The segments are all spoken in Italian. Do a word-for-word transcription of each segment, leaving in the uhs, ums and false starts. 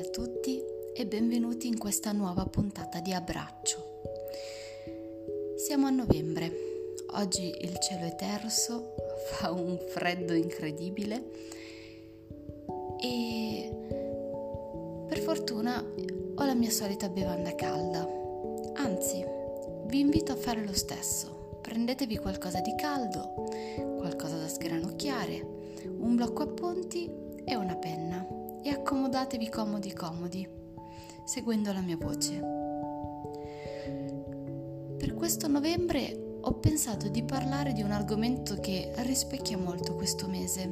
a tutti e benvenuti in questa nuova puntata di Abbraccio. Siamo a novembre, oggi il cielo è terso, fa un freddo incredibile e per fortuna ho la mia solita bevanda calda. Anzi, vi invito a fare lo stesso. Prendetevi qualcosa di caldo, qualcosa da sgranocchiare, un blocco appunti e una penna e accomodatevi comodi comodi, seguendo la mia voce. Per questo novembre ho pensato di parlare di un argomento che rispecchia molto questo mese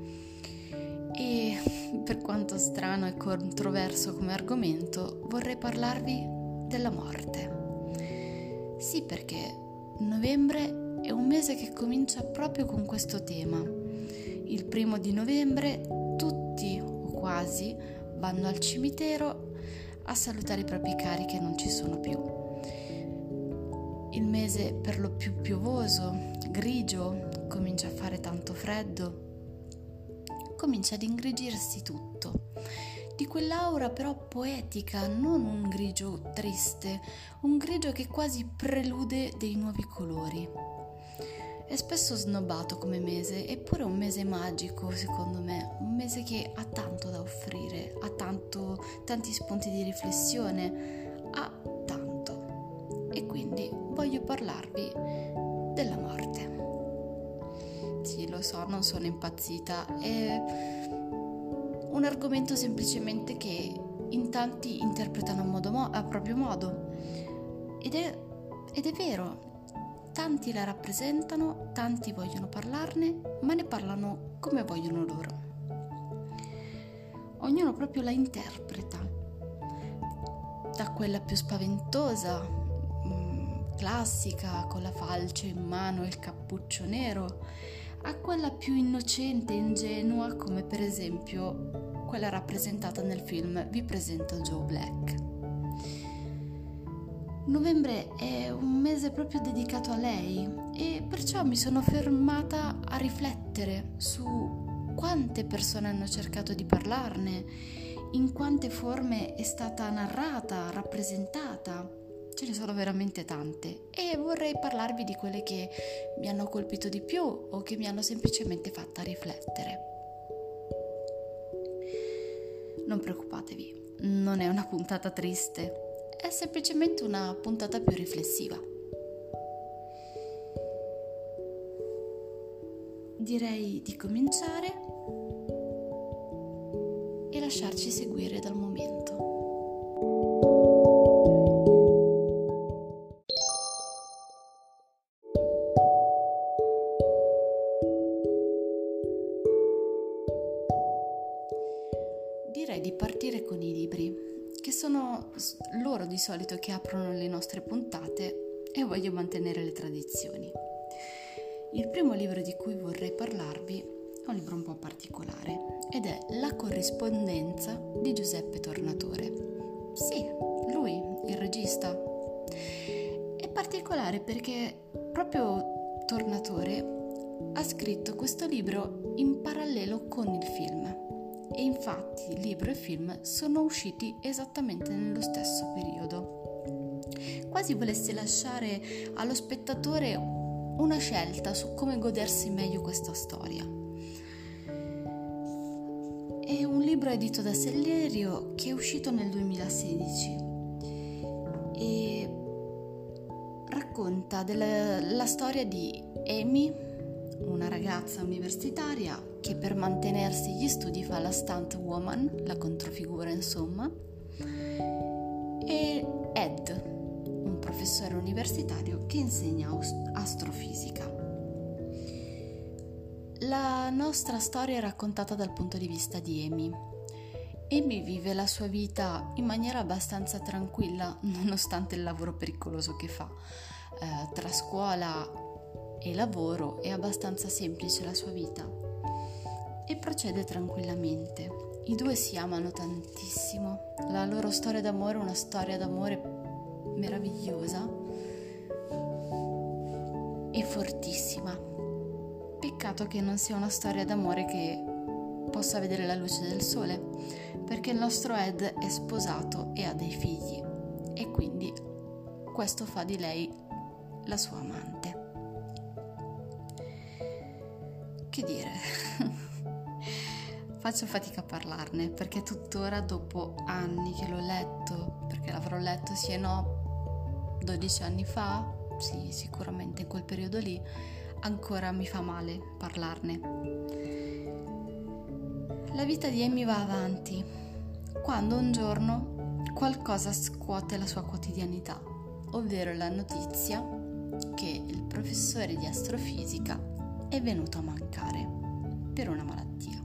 e, per quanto strano e controverso come argomento, vorrei parlarvi della morte. Sì, perché novembre è un mese che comincia proprio con questo tema. Il primo di novembre tutti o quasi vanno al cimitero a salutare i propri cari che non ci sono più. Il mese per lo più piovoso, grigio, comincia a fare tanto freddo, comincia ad ingrigirsi tutto. Di quell'aura però poetica, non un grigio triste, un grigio che quasi prelude dei nuovi colori. È spesso snobbato come mese, eppure è un mese magico secondo me, un mese che ha tanto da offrire, ha tanto, tanti spunti di riflessione, ha tanto. E quindi voglio parlarvi della morte. Sì, lo so, non sono impazzita, è un argomento semplicemente che in tanti interpretano a, modo mo- a proprio modo. Ed è, ed è vero. Tanti la rappresentano, tanti vogliono parlarne, ma ne parlano come vogliono loro. Ognuno proprio la interpreta, da quella più spaventosa, mh, classica, con la falce in mano e il cappuccio nero, a quella più innocente e ingenua, come per esempio quella rappresentata nel film Vi presento Joe Black. Novembre è un mese proprio dedicato a lei e perciò mi sono fermata a riflettere su quante persone hanno cercato di parlarne, in quante forme è stata narrata, rappresentata. Ce ne sono veramente tante e vorrei parlarvi di quelle che mi hanno colpito di più o che mi hanno semplicemente fatta riflettere. Non preoccupatevi, non è una puntata triste. È semplicemente una puntata più riflessiva. Direi di cominciare e lasciarci seguire dal momento. Direi di partire con i libri, che sono loro di solito che aprono le nostre puntate e voglio mantenere le tradizioni. Il primo libro di cui vorrei parlarvi è un libro un po' particolare ed è La corrispondenza di Giuseppe Tornatore. Sì, lui, il regista. È particolare perché proprio Tornatore ha scritto questo libro in parallelo con il film. E infatti libro e film sono usciti esattamente nello stesso periodo. Quasi volesse lasciare allo spettatore una scelta su come godersi meglio questa storia. È un libro edito da Sellerio che è uscito nel duemilasedici e racconta della la storia di Amy, una ragazza universitaria che per mantenersi gli studi fa la stunt woman, la controfigura insomma, e Ed, un professore universitario che insegna astrofisica. La nostra storia è raccontata dal punto di vista di Amy. Amy vive la sua vita in maniera abbastanza tranquilla, nonostante il lavoro pericoloso che fa. Eh, tra scuola e lavoro è abbastanza semplice la sua vita e procede tranquillamente. I due si amano tantissimo, la loro storia d'amore è una storia d'amore meravigliosa e fortissima. Peccato che non sia una storia d'amore che possa vedere la luce del sole, perché il nostro Ed è sposato e ha dei figli e quindi questo fa di lei la sua amante. Che dire? Faccio fatica a parlarne perché tuttora, dopo anni che l'ho letto, perché l'avrò letto sì e no dodici anni fa, sì, sicuramente in quel periodo lì, ancora mi fa male parlarne. La vita di Amy va avanti quando un giorno qualcosa scuote la sua quotidianità, ovvero la notizia che il professore di astrofisica è venuto a mancare per una malattia.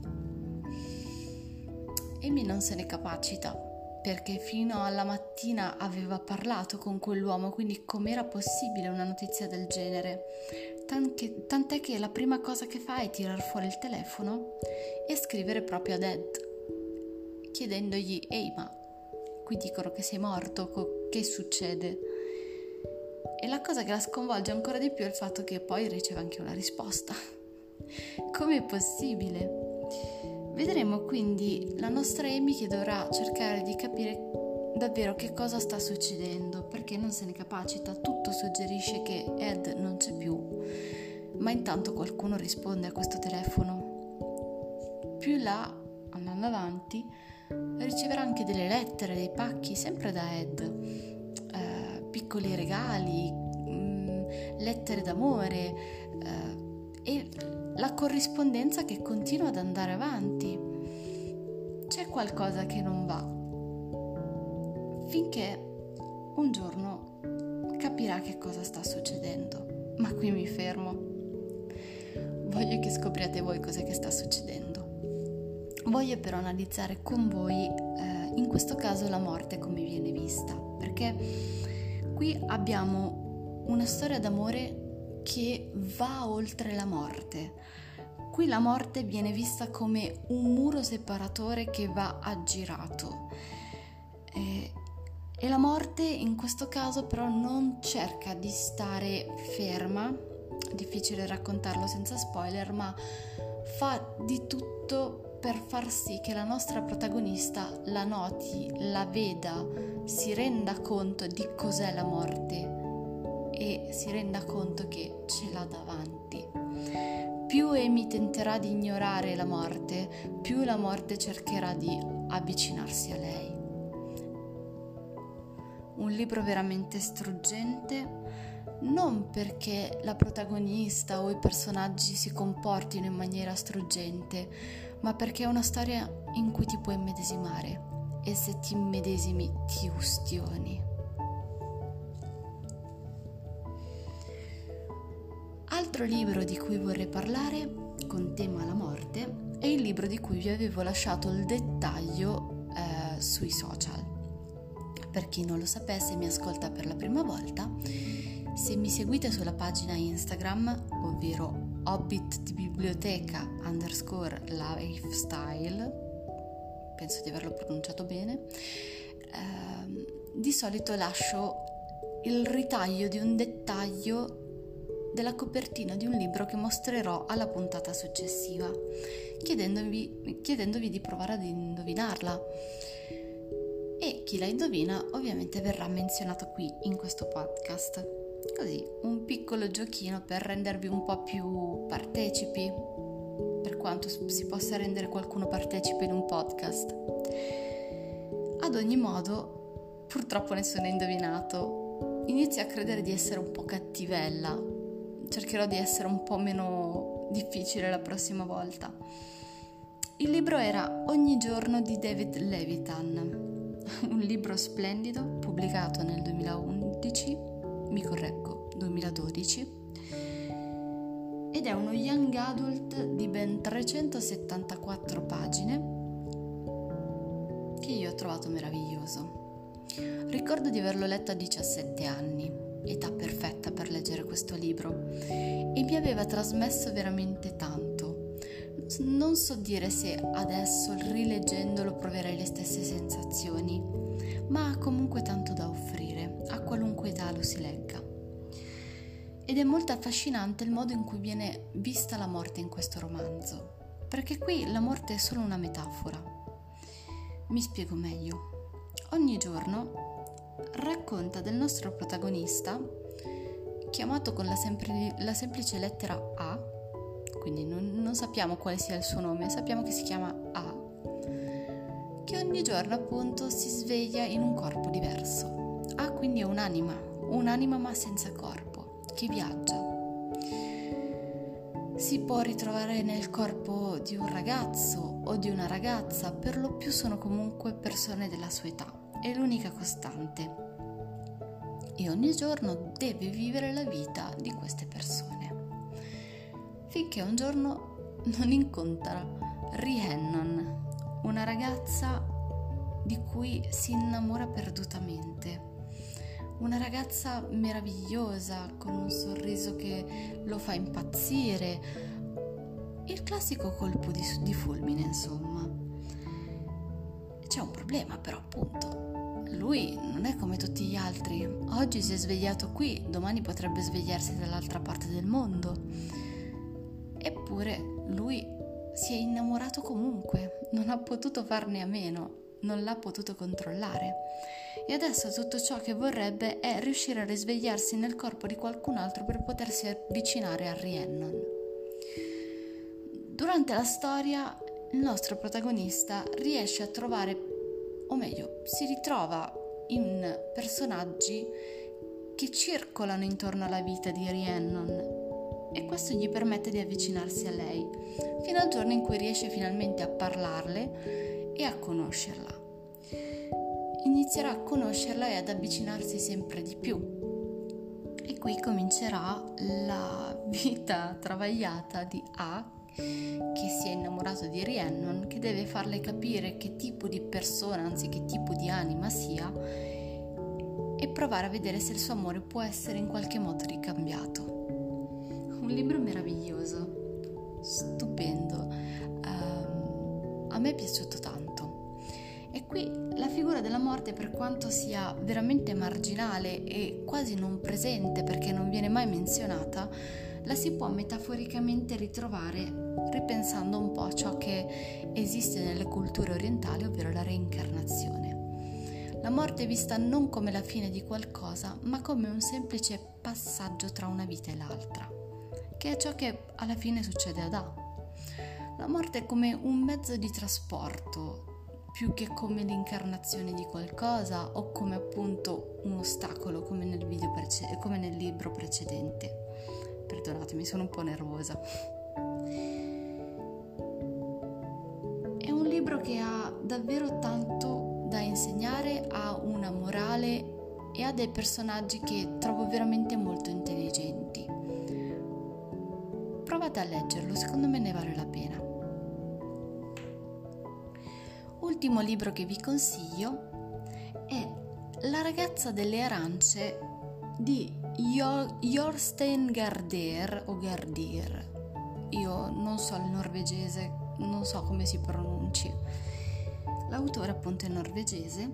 Amy non se ne capacita perché fino alla mattina aveva parlato con quell'uomo, quindi com'era possibile una notizia del genere? Tanche, tant'è che la prima cosa che fa è tirar fuori il telefono e scrivere proprio ad Ed, chiedendogli: ehi, ma qui dicono che sei morto, co- che succede? E la cosa che la sconvolge ancora di più è il fatto che poi riceve anche una risposta. Com'è possibile? Vedremo quindi la nostra Amy che dovrà cercare di capire davvero che cosa sta succedendo, perché non se ne capacita. Tutto suggerisce che Ed non c'è più, ma intanto qualcuno risponde a questo telefono. Più là, andando avanti, riceverà anche delle lettere, dei pacchi, sempre da Ed, eh, piccoli regali, mh, lettere d'amore, eh, e la corrispondenza che continua ad andare avanti. C'è qualcosa che non va, finché un giorno capirà che cosa sta succedendo. Ma qui mi fermo. Voglio che scopriate voi cos'è che sta succedendo. Voglio però analizzare con voi, eh, in questo caso, la morte come viene vista, perché qui abbiamo una storia d'amore che va oltre la morte. Qui la morte viene vista come un muro separatore che va aggirato. E, e la morte in questo caso però non cerca di stare ferma, difficile raccontarlo senza spoiler, ma fa di tutto per far sì che la nostra protagonista la noti, la veda, si renda conto di cos'è la morte e si renda conto che ce l'ha davanti. Più Amy tenterà di ignorare la morte, più la morte cercherà di avvicinarsi a lei. Un libro veramente struggente, non perché la protagonista o i personaggi si comportino in maniera struggente, ma perché è una storia in cui ti puoi immedesimare e se ti immedesimi ti ustioni. Altro libro di cui vorrei parlare con tema la morte è il libro di cui vi avevo lasciato il dettaglio eh, sui social. Per chi non lo sapesse e mi ascolta per la prima volta, se mi seguite sulla pagina Instagram, ovvero hobbit di biblioteca underscore lifestyle, penso di averlo pronunciato bene, eh, di solito lascio il ritaglio di un dettaglio della copertina di un libro che mostrerò alla puntata successiva, chiedendovi, chiedendovi di provare ad indovinarla. E chi la indovina ovviamente verrà menzionato qui in questo podcast. Così, un piccolo giochino per rendervi un po' più partecipi, per quanto si possa rendere qualcuno partecipe in un podcast. Ad ogni modo, purtroppo nessuno ha indovinato. Inizio a credere di essere un po' cattivella. Cercherò di essere un po' meno difficile la prossima volta. Il libro era Ogni giorno di David Levitan, un libro splendido pubblicato nel duemilaundici, mi correggo, duemiladodici, ed è uno young adult di ben trecentosettantaquattro pagine che io ho trovato meraviglioso. Ricordo di averlo letto a diciassette anni, età perfetta per leggere questo libro, e mi aveva trasmesso veramente tanto. Non so dire se adesso, rileggendolo, proverei le stesse sensazioni, ma ha comunque tanto da offrire, a qualunque età lo si legga. Ed è molto affascinante il modo in cui viene vista la morte in questo romanzo. perché qui la morte è solo una metafora. Mi spiego meglio. Ogni giorno racconta del nostro protagonista, chiamato con la, sempli- la semplice lettera A, quindi non, non sappiamo quale sia il suo nome, sappiamo che si chiama A, che ogni giorno appunto si sveglia in un corpo diverso. A quindi è un'anima, un'anima ma senza corpo, che viaggia. Si può ritrovare nel corpo di un ragazzo o di una ragazza, per lo più sono comunque persone della sua età, è l'unica costante. E ogni giorno deve vivere la vita di queste persone. Finché un giorno non incontra Rhiannon, una ragazza di cui si innamora perdutamente. Una ragazza meravigliosa, con un sorriso che lo fa impazzire. Il classico colpo di, di fulmine, insomma. C'è un problema però, appunto. Lui non è come tutti gli altri. Oggi si è svegliato qui, domani potrebbe svegliarsi dall'altra parte del mondo. Eppure lui si è innamorato comunque, non ha potuto farne a meno, non l'ha potuto controllare. E adesso tutto ciò che vorrebbe è riuscire a risvegliarsi nel corpo di qualcun altro per potersi avvicinare a Rhiannon. Durante la storia il nostro protagonista riesce a trovare, o meglio, si ritrova in personaggi che circolano intorno alla vita di Rhiannon e questo gli permette di avvicinarsi a lei, fino al giorno in cui riesce finalmente a parlarle e a conoscerla. Inizierà a conoscerla e ad avvicinarsi sempre di più. E qui comincerà la vita travagliata di A, che si è innamorato di Rhiannon, che deve farle capire che tipo di persona, anzi che tipo di anima sia, e provare a vedere se il suo amore può essere in qualche modo ricambiato. Un libro meraviglioso, stupendo, um, a me è piaciuto tanto. E qui la figura della morte, per quanto sia veramente marginale e quasi non presente perché non viene mai menzionata, la si può metaforicamente ritrovare ripensando un po' a ciò che esiste nelle culture orientali, ovvero la reincarnazione. La morte è vista non come la fine di qualcosa, ma come un semplice passaggio tra una vita e l'altra, che è ciò che alla fine succede ad A. La morte è come un mezzo di trasporto, più che come l'incarnazione di qualcosa o come appunto un ostacolo come nel, video prece- come nel libro precedente. Perdonatemi, sono un po' nervosa. È un libro che ha davvero tanto da insegnare, ha una morale e ha dei personaggi che trovo veramente molto intelligenti. Provate a leggerlo, secondo me ne vale la pena. Ultimo libro che vi consiglio è La ragazza delle arance di Jorstein Gaarder o Gaarder. Io non so il norvegese, non so come si pronunci. L'autore appunto è norvegese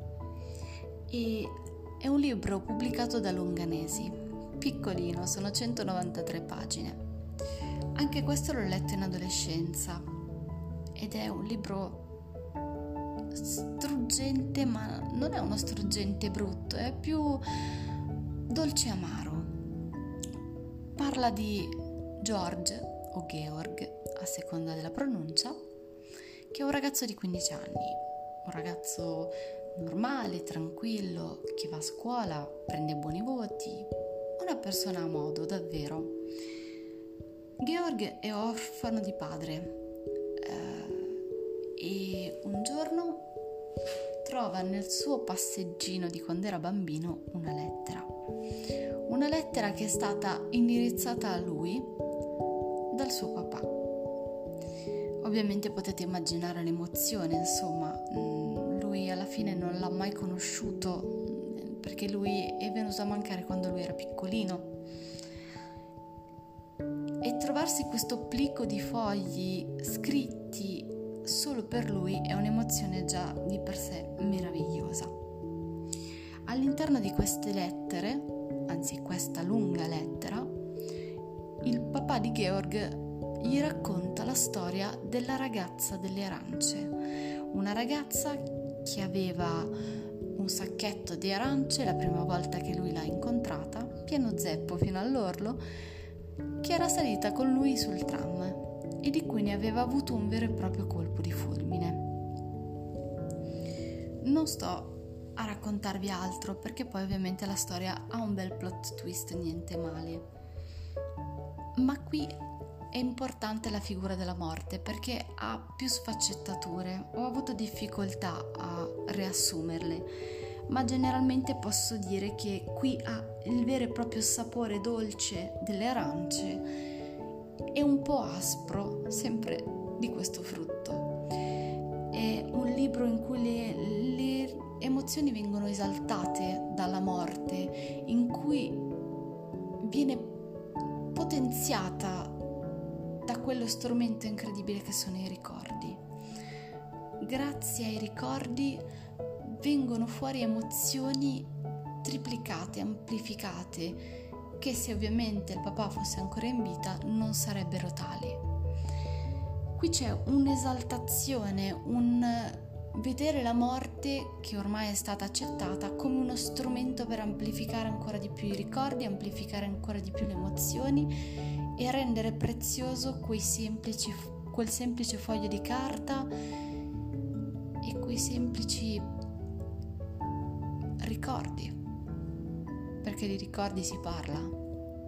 e è un libro pubblicato da Longanesi, piccolino, sono centonovantatré pagine. Anche questo l'ho letto in adolescenza ed è un libro struggente, ma non è uno struggente brutto, è più dolce amaro. Parla di George o Georg, a seconda della pronuncia, che è un ragazzo di quindici anni, un ragazzo normale, tranquillo, che va a scuola, prende buoni voti, una persona a modo, davvero. Georg è orfano di padre eh, e un giorno trova nel suo passeggino di quando era bambino una lettera. Una lettera che è stata indirizzata a lui dal suo papà. Ovviamente potete immaginare l'emozione, insomma, lui alla fine non l'ha mai conosciuto perché lui è venuto a mancare quando lui era piccolino. E trovarsi questo plico di fogli scritti solo per lui è un'emozione già di per sé meravigliosa. All'interno di queste lettere, anzi questa lunga lettera, il papà di Georg gli racconta la storia della ragazza delle arance, una ragazza che aveva un sacchetto di arance la prima volta che lui l'ha incontrata, pieno zeppo fino all'orlo, che era salita con lui sul tram e di cui ne aveva avuto un vero e proprio colpo di fulmine. Non sto a raccontarvi altro perché poi ovviamente la storia ha un bel plot twist, niente male. Ma qui è importante la figura della morte perché ha più sfaccettature. Ho avuto difficoltà a riassumerle, ma generalmente posso dire che qui ha il vero e proprio sapore dolce delle arance e un po' aspro, sempre di questo frutto. È un libro in cui le, le emozioni vengono esaltate dalla morte, in cui viene potenziata da quello strumento incredibile che sono i ricordi. Grazie ai ricordi vengono fuori emozioni triplicate, amplificate, che se ovviamente il papà fosse ancora in vita non sarebbero tali. Qui c'è un'esaltazione, un vedere la morte, che ormai è stata accettata, come uno strumento per amplificare ancora di più i ricordi, amplificare ancora di più le emozioni e rendere prezioso quei semplici, quel semplice foglio di carta e quei semplici ricordi, perché di ricordi si parla.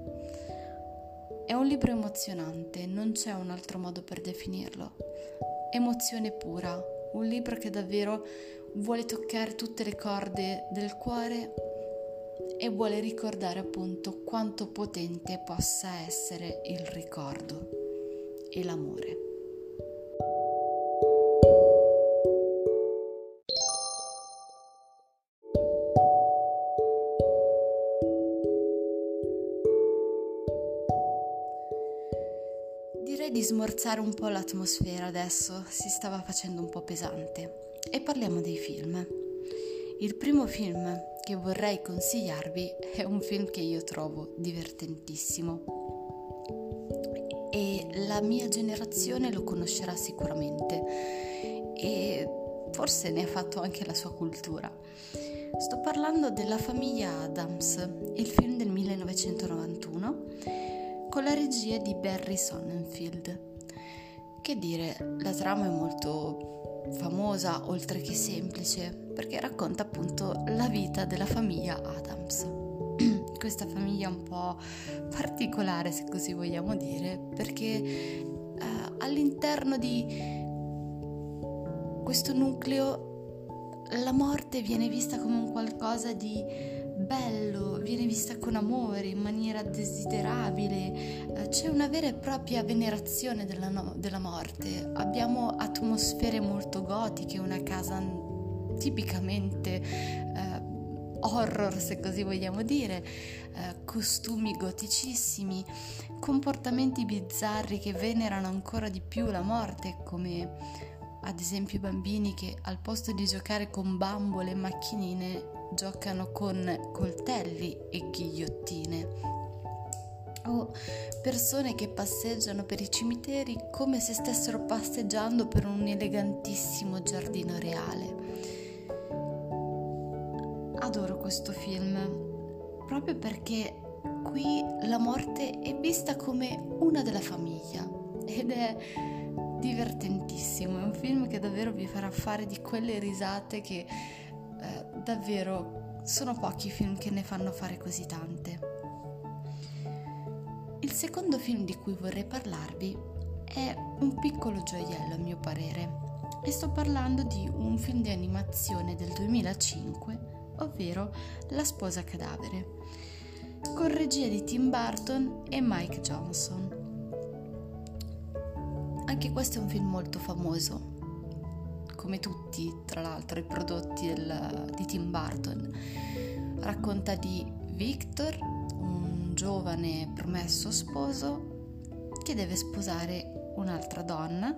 È un libro emozionante, non c'è un altro modo per definirlo. Emozione pura, un libro che davvero vuole toccare tutte le corde del cuore e vuole ricordare appunto quanto potente possa essere il ricordo e l'amore. Direi di smorzare un po' l'atmosfera adesso, si stava facendo un po' pesante, e parliamo dei film. Il primo film che vorrei consigliarvi è un film che io trovo divertentissimo e la mia generazione lo conoscerà sicuramente e forse ne ha fatto anche la sua cultura. Sto parlando della famiglia Addams, il film del millenovecentonovantuno con la regia di Barry Sonnenfeld. Che dire, la trama è molto famosa oltre che semplice perché racconta appunto la vita della famiglia Addams. Questa famiglia un po' particolare, se così vogliamo dire, perché eh, all'interno di questo nucleo la morte viene vista come un qualcosa di bello, viene vista con amore, in maniera desiderabile, eh, c'è una vera e propria venerazione della, no- della morte. Abbiamo atmosfere molto gotiche, una casa tipicamente eh, horror, se così vogliamo dire, eh, costumi goticissimi, comportamenti bizzarri che venerano ancora di più la morte, come ad esempio i bambini che al posto di giocare con bambole e macchinine giocano con coltelli e ghigliottine, o persone che passeggiano per i cimiteri come se stessero passeggiando per un elegantissimo giardino reale. Adoro questo film proprio perché qui la morte è vista come una della famiglia ed è divertentissimo. È un film che davvero vi farà fare di quelle risate che eh, davvero sono pochi film che ne fanno fare così tante. Il secondo film di cui vorrei parlarvi è un piccolo gioiello a mio parere e sto parlando di un film di animazione del duemilacinque, ovvero La sposa cadavere, con regia di Tim Burton e Mike Johnson. Anche questo è un film molto famoso, come tutti tra l'altro i prodotti del, di Tim Burton. Racconta di Victor, un giovane promesso sposo che deve sposare un'altra donna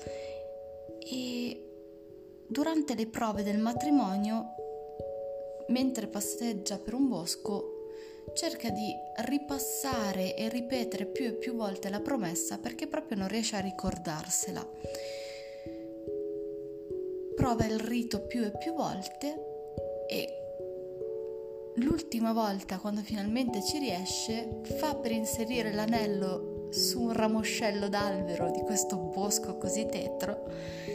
e durante le prove del matrimonio, mentre passeggia per un bosco, cerca di ripassare e ripetere più e più volte la promessa perché proprio non riesce a ricordarsela. Prova il rito più e più volte e l'ultima volta, quando finalmente ci riesce, fa per inserire l'anello su un ramoscello d'albero di questo bosco così tetro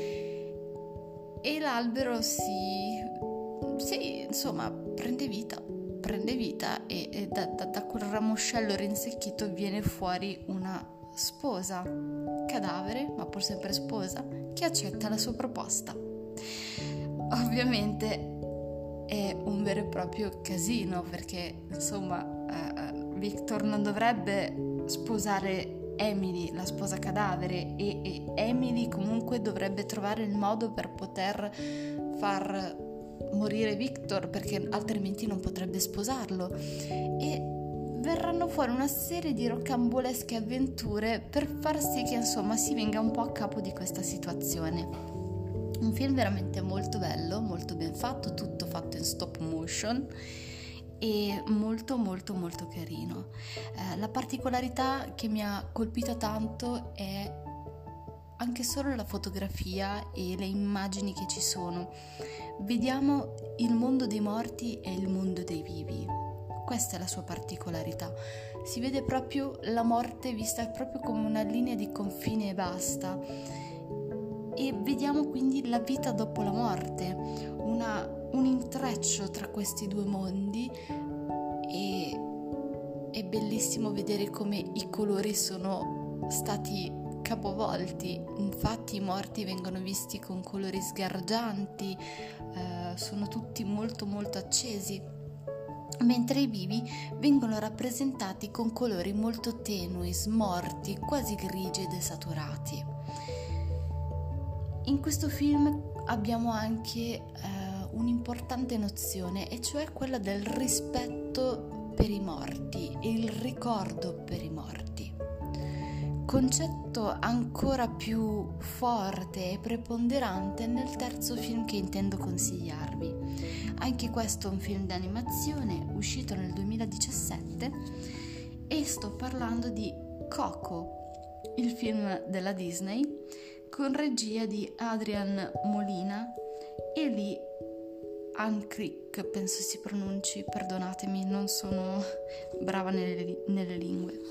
e l'albero si, si insomma prende vita prende vita e, e da, da, da quel ramoscello rinsecchito viene fuori una sposa cadavere, ma pur sempre sposa, che accetta la sua proposta. Ovviamente è un vero e proprio casino perché insomma uh, Victor non dovrebbe sposare Emily, la sposa cadavere, e, e Emily comunque dovrebbe trovare il modo per poter far morire Victor perché altrimenti non potrebbe sposarlo, e verranno fuori una serie di rocambolesche avventure per far sì che insomma si venga un po' a capo di questa situazione. Un film veramente molto bello, molto ben fatto, tutto fatto in stop motion e molto molto molto carino. Eh, la particolarità che mi ha colpito tanto è anche solo la fotografia e le immagini che ci sono. Vediamo il mondo dei morti e il mondo dei vivi. Questa è la sua particolarità. Si vede proprio la morte vista proprio come una linea di confine e basta. E vediamo quindi la vita dopo la morte, una, un intreccio tra questi due mondi, e è bellissimo vedere come i colori sono stati capovolti. Infatti i morti vengono visti con colori sgargianti, eh, sono tutti molto molto accesi, mentre i vivi vengono rappresentati con colori molto tenui, smorti, quasi grigi e desaturati. In questo film abbiamo anche eh, un'importante nozione, e cioè quella del rispetto per i morti e il ricordo per i morti. Concetto ancora più forte e preponderante nel terzo film che intendo consigliarvi. Anche questo è un film d'animazione uscito nel duemiladiciassette e sto parlando di Coco, il film della Disney con regia di Adrian Molina e Lee Unkrich, penso si pronunci, perdonatemi, non sono brava nelle, nelle lingue.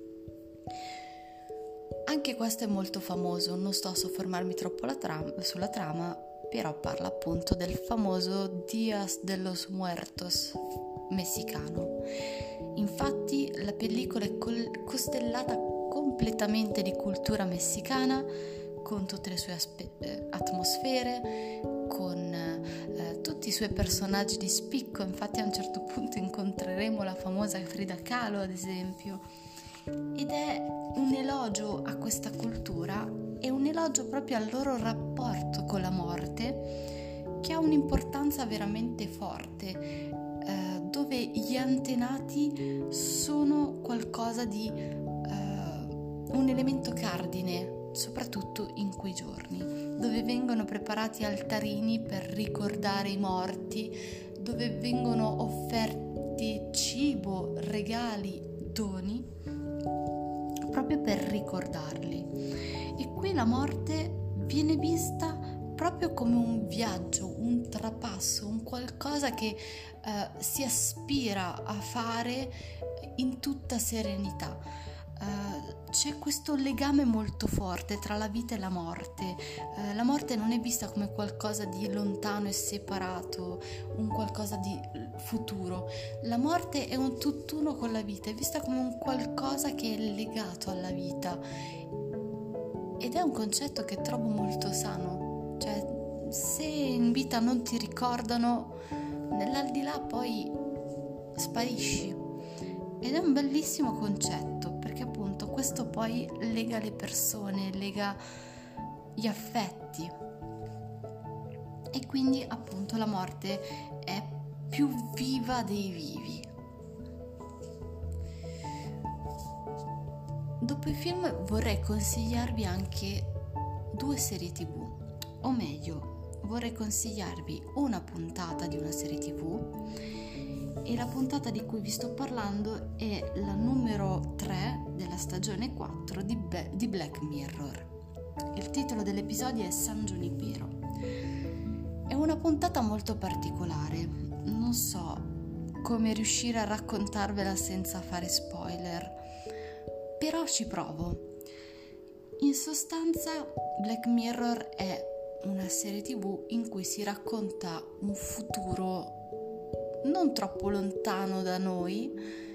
Anche questo è molto famoso, non sto a soffermarmi troppo la tram- sulla trama, però parla appunto del famoso Días de los Muertos messicano. Infatti la pellicola è col- costellata completamente di cultura messicana, con tutte le sue aspe- eh, atmosfere, con eh, tutti i suoi personaggi di spicco. Infatti a un certo punto incontreremo la famosa Frida Kahlo, ad esempio, ed è un elogio a questa cultura e un elogio proprio al loro rapporto con la morte, che ha un'importanza veramente forte, eh, dove gli antenati sono qualcosa di eh, un elemento cardine, soprattutto in quei giorni, dove vengono preparati altarini per ricordare i morti, dove vengono offerti cibo, regali, doni, proprio per ricordarli. E qui la morte viene vista proprio come un viaggio, un trapasso, un qualcosa che eh, si aspira a fare in tutta serenità. Uh, c'è questo legame molto forte tra la vita e la morte. Uh, la morte non è vista come qualcosa di lontano e separato, un qualcosa di futuro. La morte è un tutt'uno con la vita, è vista come un qualcosa che è legato alla vita, ed è un concetto che trovo molto sano. Cioè, se in vita non ti ricordano, nell'aldilà poi sparisci, ed è un bellissimo concetto, perché appunto questo poi lega le persone, lega gli affetti, e quindi appunto la morte è più viva dei vivi. Dopo i film vorrei consigliarvi anche due serie tv, o meglio vorrei consigliarvi una puntata di una serie tv e la puntata di cui vi sto parlando è la numero tre della stagione quattro di, Be- di Black Mirror. Il titolo dell'episodio è San Giunipero. È una puntata molto particolare, non so come riuscire a raccontarvela senza fare spoiler, però ci provo. In sostanza, Black Mirror è una serie tivù in cui si racconta un futuro non troppo lontano da noi,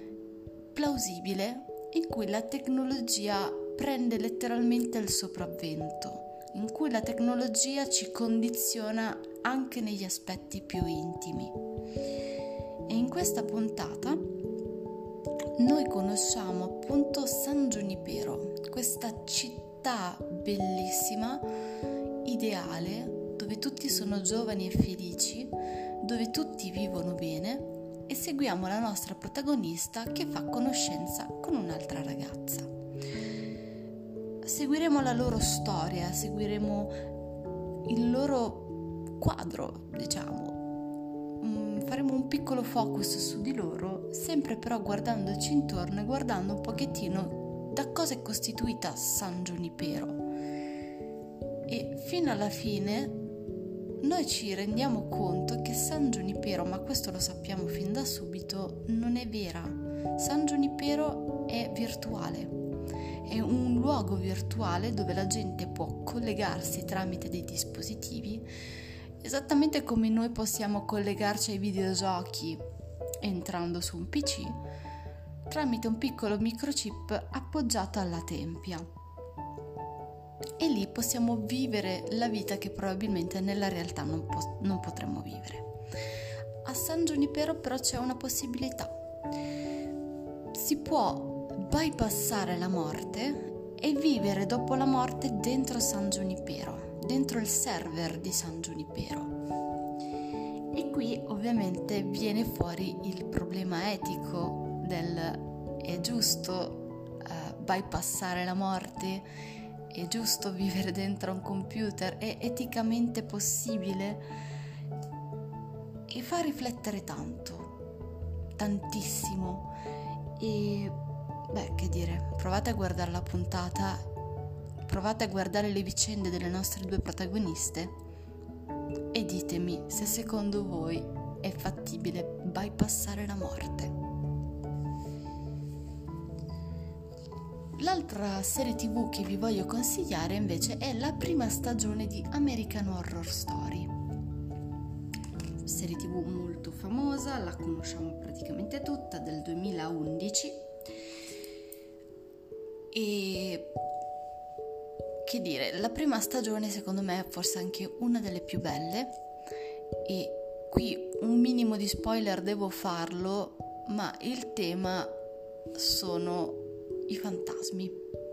plausibile, in cui la tecnologia prende letteralmente il sopravvento, in cui la tecnologia ci condiziona anche negli aspetti più intimi. E in questa puntata noi conosciamo appunto San Giunipero, questa città bellissima, ideale, dove tutti sono giovani e felici, dove tutti vivono bene, e seguiamo la nostra protagonista che fa conoscenza con un'altra ragazza. Seguiremo la loro storia, seguiremo il loro quadro, diciamo. Mm, faremo un piccolo focus su di loro, sempre però guardandoci intorno e guardando un pochettino da cosa è costituita San Giunipero. E fino alla fine noi ci rendiamo conto che San Giunipero, ma questo lo sappiamo fin da subito, non è vera. San Giunipero è virtuale. È un luogo virtuale dove la gente può collegarsi tramite dei dispositivi, esattamente come noi possiamo collegarci ai videogiochi entrando su un P C, tramite un piccolo microchip appoggiato alla tempia. E lì possiamo vivere la vita che probabilmente nella realtà non, po- non potremmo vivere. A San Giunipero però c'è una possibilità. Si può bypassare la morte e vivere dopo la morte dentro San Giunipero, dentro il server di San Giunipero. E qui ovviamente viene fuori il problema etico del è giusto uh, bypassare la morte, è giusto vivere dentro un computer, è eticamente possibile? E fa riflettere tanto, tantissimo. E beh, che dire, provate a guardare la puntata, provate a guardare le vicende delle nostre due protagoniste e ditemi se secondo voi è fattibile bypassare la morte. L'altra serie tivù che vi voglio consigliare invece è la prima stagione di American Horror Story. Serie tivù molto famosa, la conosciamo praticamente tutta, del duemilaundici. E che dire, la prima stagione secondo me è forse anche una delle più belle, e qui un minimo di spoiler devo farlo, ma il tema sono i fantasmi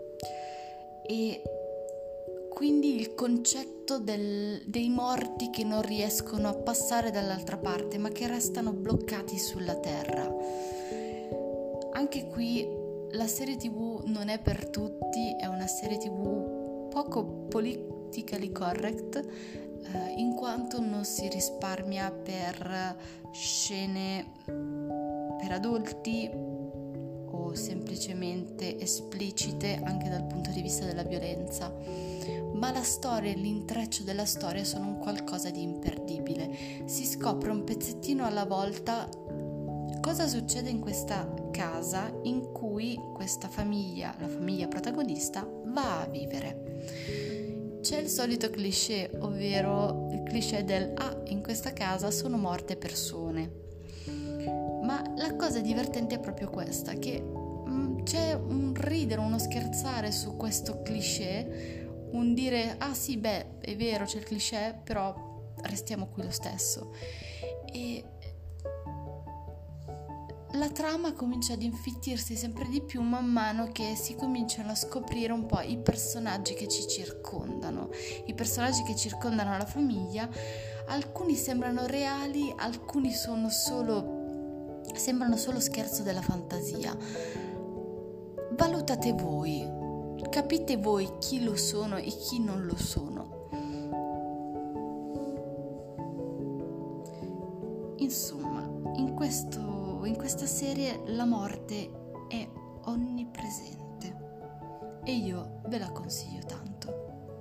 e quindi il concetto del, dei morti che non riescono a passare dall'altra parte ma che restano bloccati sulla terra. Anche qui la serie tivù non è per tutti, è una serie tivù poco politically correct, eh, in quanto non si risparmia per scene per adulti o semplicemente esplicite anche dal punto di vista della violenza, ma la storia e l'intreccio della storia sono un qualcosa di imperdibile. Si scopre un pezzettino alla volta cosa succede in questa casa in cui questa famiglia, la famiglia protagonista, va a vivere. C'è il solito cliché, ovvero il cliché del ah, in questa casa sono morte persone. Ma la cosa divertente è proprio questa, che mh, c'è un ridere, uno scherzare su questo cliché, un dire ah sì, beh, è vero, c'è il cliché, però restiamo qui lo stesso. E la trama comincia ad infittirsi sempre di più man mano che si cominciano a scoprire un po' i personaggi che ci circondano, i personaggi che circondano la famiglia. Alcuni sembrano reali, alcuni sono solo sembrano solo scherzo della fantasia. Valutate voi, capite voi chi lo sono e chi non lo sono. Insomma, in questo dicevo, in questa serie la morte è onnipresente e io ve la consiglio tanto.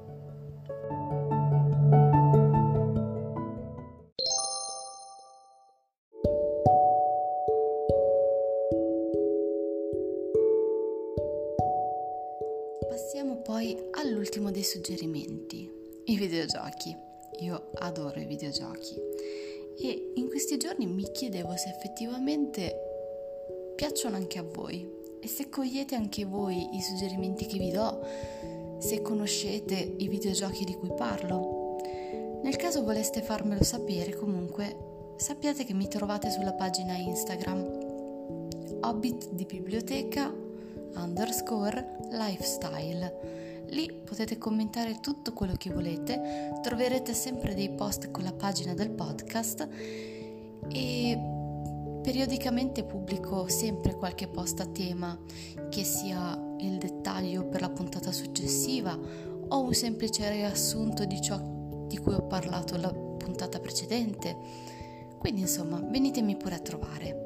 Passiamo poi all'ultimo dei suggerimenti, i videogiochi. Io adoro i videogiochi e in questi giorni mi chiedevo se effettivamente piacciono anche a voi e se cogliete anche voi i suggerimenti che vi do, se conoscete i videogiochi di cui parlo. Nel caso voleste farmelo sapere, comunque sappiate che mi trovate sulla pagina Instagram Hobbit di Biblioteca underscore lifestyle. Lì potete commentare tutto quello che volete, troverete sempre dei post con la pagina del podcast e periodicamente pubblico sempre qualche post a tema, che sia il dettaglio per la puntata successiva o un semplice riassunto di ciò di cui ho parlato la puntata precedente. Quindi insomma, venitemi pure a trovare.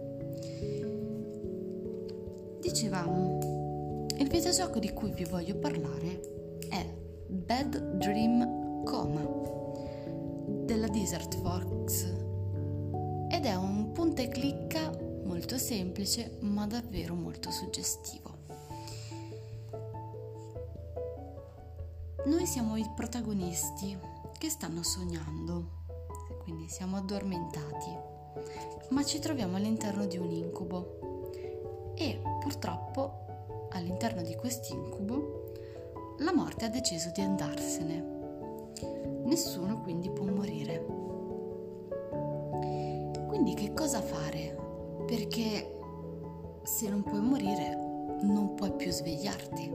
Dicevamo, il videogioco di cui vi voglio parlare è Bad Dream Coma della Desert Fox ed è un punta e clicca molto semplice ma davvero molto suggestivo. Noi siamo i protagonisti che stanno sognando, quindi siamo addormentati, ma ci troviamo all'interno di un incubo e purtroppo all'interno di quest'incubo la morte ha deciso di andarsene. Nessuno quindi può morire. Quindi che cosa fare? Perché se non puoi morire non puoi più svegliarti.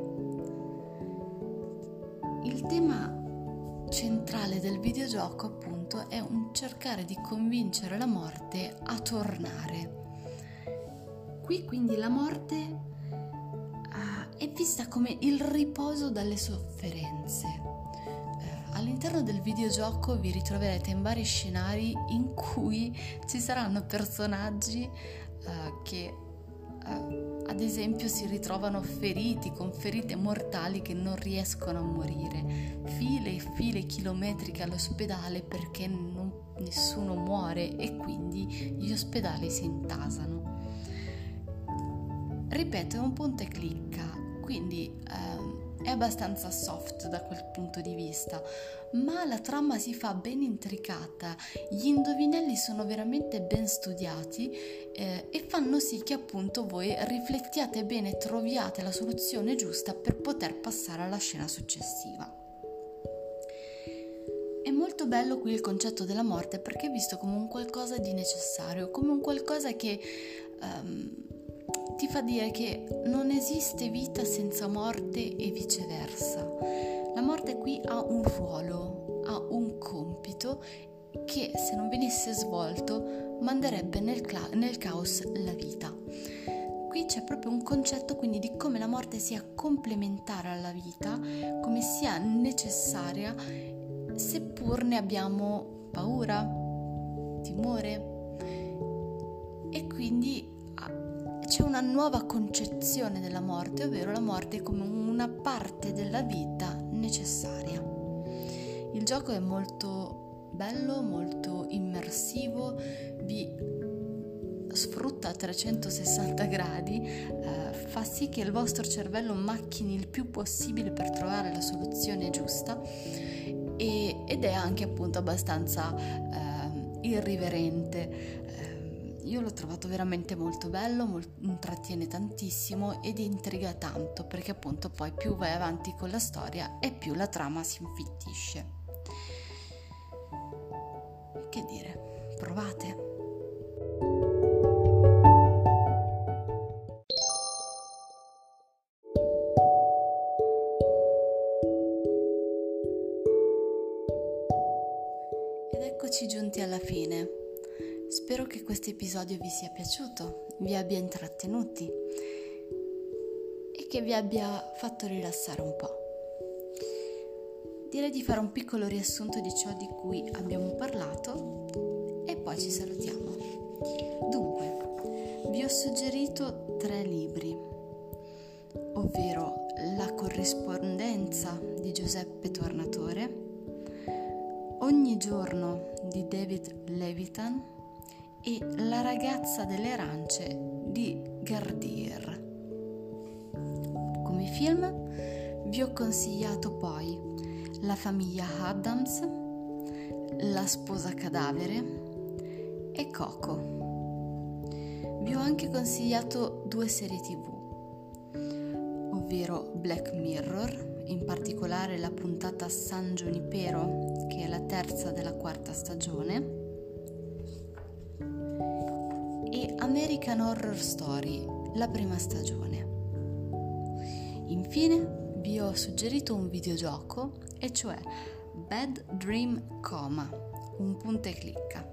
Il tema centrale del videogioco appunto è un cercare di convincere la morte a tornare. Qui quindi la morte è vista come il riposo dalle sofferenze. Eh, all'interno del videogioco vi ritroverete in vari scenari in cui ci saranno personaggi eh, che eh, ad esempio si ritrovano feriti, con ferite mortali che non riescono a morire, file e file chilometriche all'ospedale perché non, nessuno muore e quindi gli ospedali si intasano. Ripeto, è un punta e clicca, quindi ehm, è abbastanza soft da quel punto di vista, ma la trama si fa ben intricata, gli indovinelli sono veramente ben studiati eh, e fanno sì che appunto voi riflettiate bene e troviate la soluzione giusta per poter passare alla scena successiva. È molto bello qui il concetto della morte perché è visto come un qualcosa di necessario, come un qualcosa che um, ti fa dire che non esiste vita senza morte e viceversa. La morte qui ha un ruolo, ha un compito che se non venisse svolto manderebbe nel, cla- nel caos la vita. Qui c'è proprio un concetto quindi di come la morte sia complementare alla vita, come sia necessaria, seppur ne abbiamo paura, timore. E quindi c'è una nuova concezione della morte, ovvero la morte come una parte della vita necessaria. Il gioco è molto bello, molto immersivo, vi sfrutta a trecentosessanta gradi, eh, fa sì che il vostro cervello macchini il più possibile per trovare la soluzione giusta e, ed è anche appunto abbastanza eh, irriverente. Io l'ho trovato veramente molto bello, molto, intrattiene tantissimo ed intriga tanto perché appunto poi più vai avanti con la storia e più la trama si infittisce. Che dire, provate! Ed eccoci giunti alla fine. Spero che questo episodio vi sia piaciuto, vi abbia intrattenuti e che vi abbia fatto rilassare un po'. Direi di fare un piccolo riassunto di ciò di cui abbiamo parlato e poi ci salutiamo. Dunque, vi ho suggerito tre libri, ovvero La corrispondenza di Giuseppe Tornatore, Ogni giorno di David Levitan e La ragazza delle arance di Gardier. Come film vi ho consigliato poi La famiglia Addams, La sposa cadavere e Coco. Vi ho anche consigliato due serie tv, ovvero Black Mirror, in particolare la puntata San Giunipero, che è la terza della quarta stagione, e American Horror Story, la prima stagione. Infine vi ho suggerito un videogioco, e cioè Bad Dream Coma, un punta e clicca.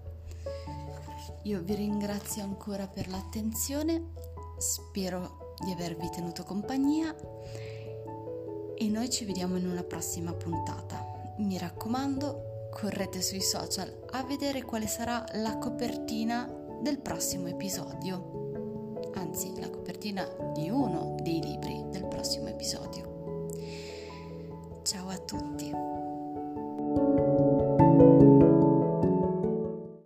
Io vi ringrazio ancora per l'attenzione, spero di avervi tenuto compagnia e noi ci vediamo in una prossima puntata. Mi raccomando, correte sui social a vedere quale sarà la copertina del prossimo episodio, anzi la copertina di uno dei libri del prossimo episodio.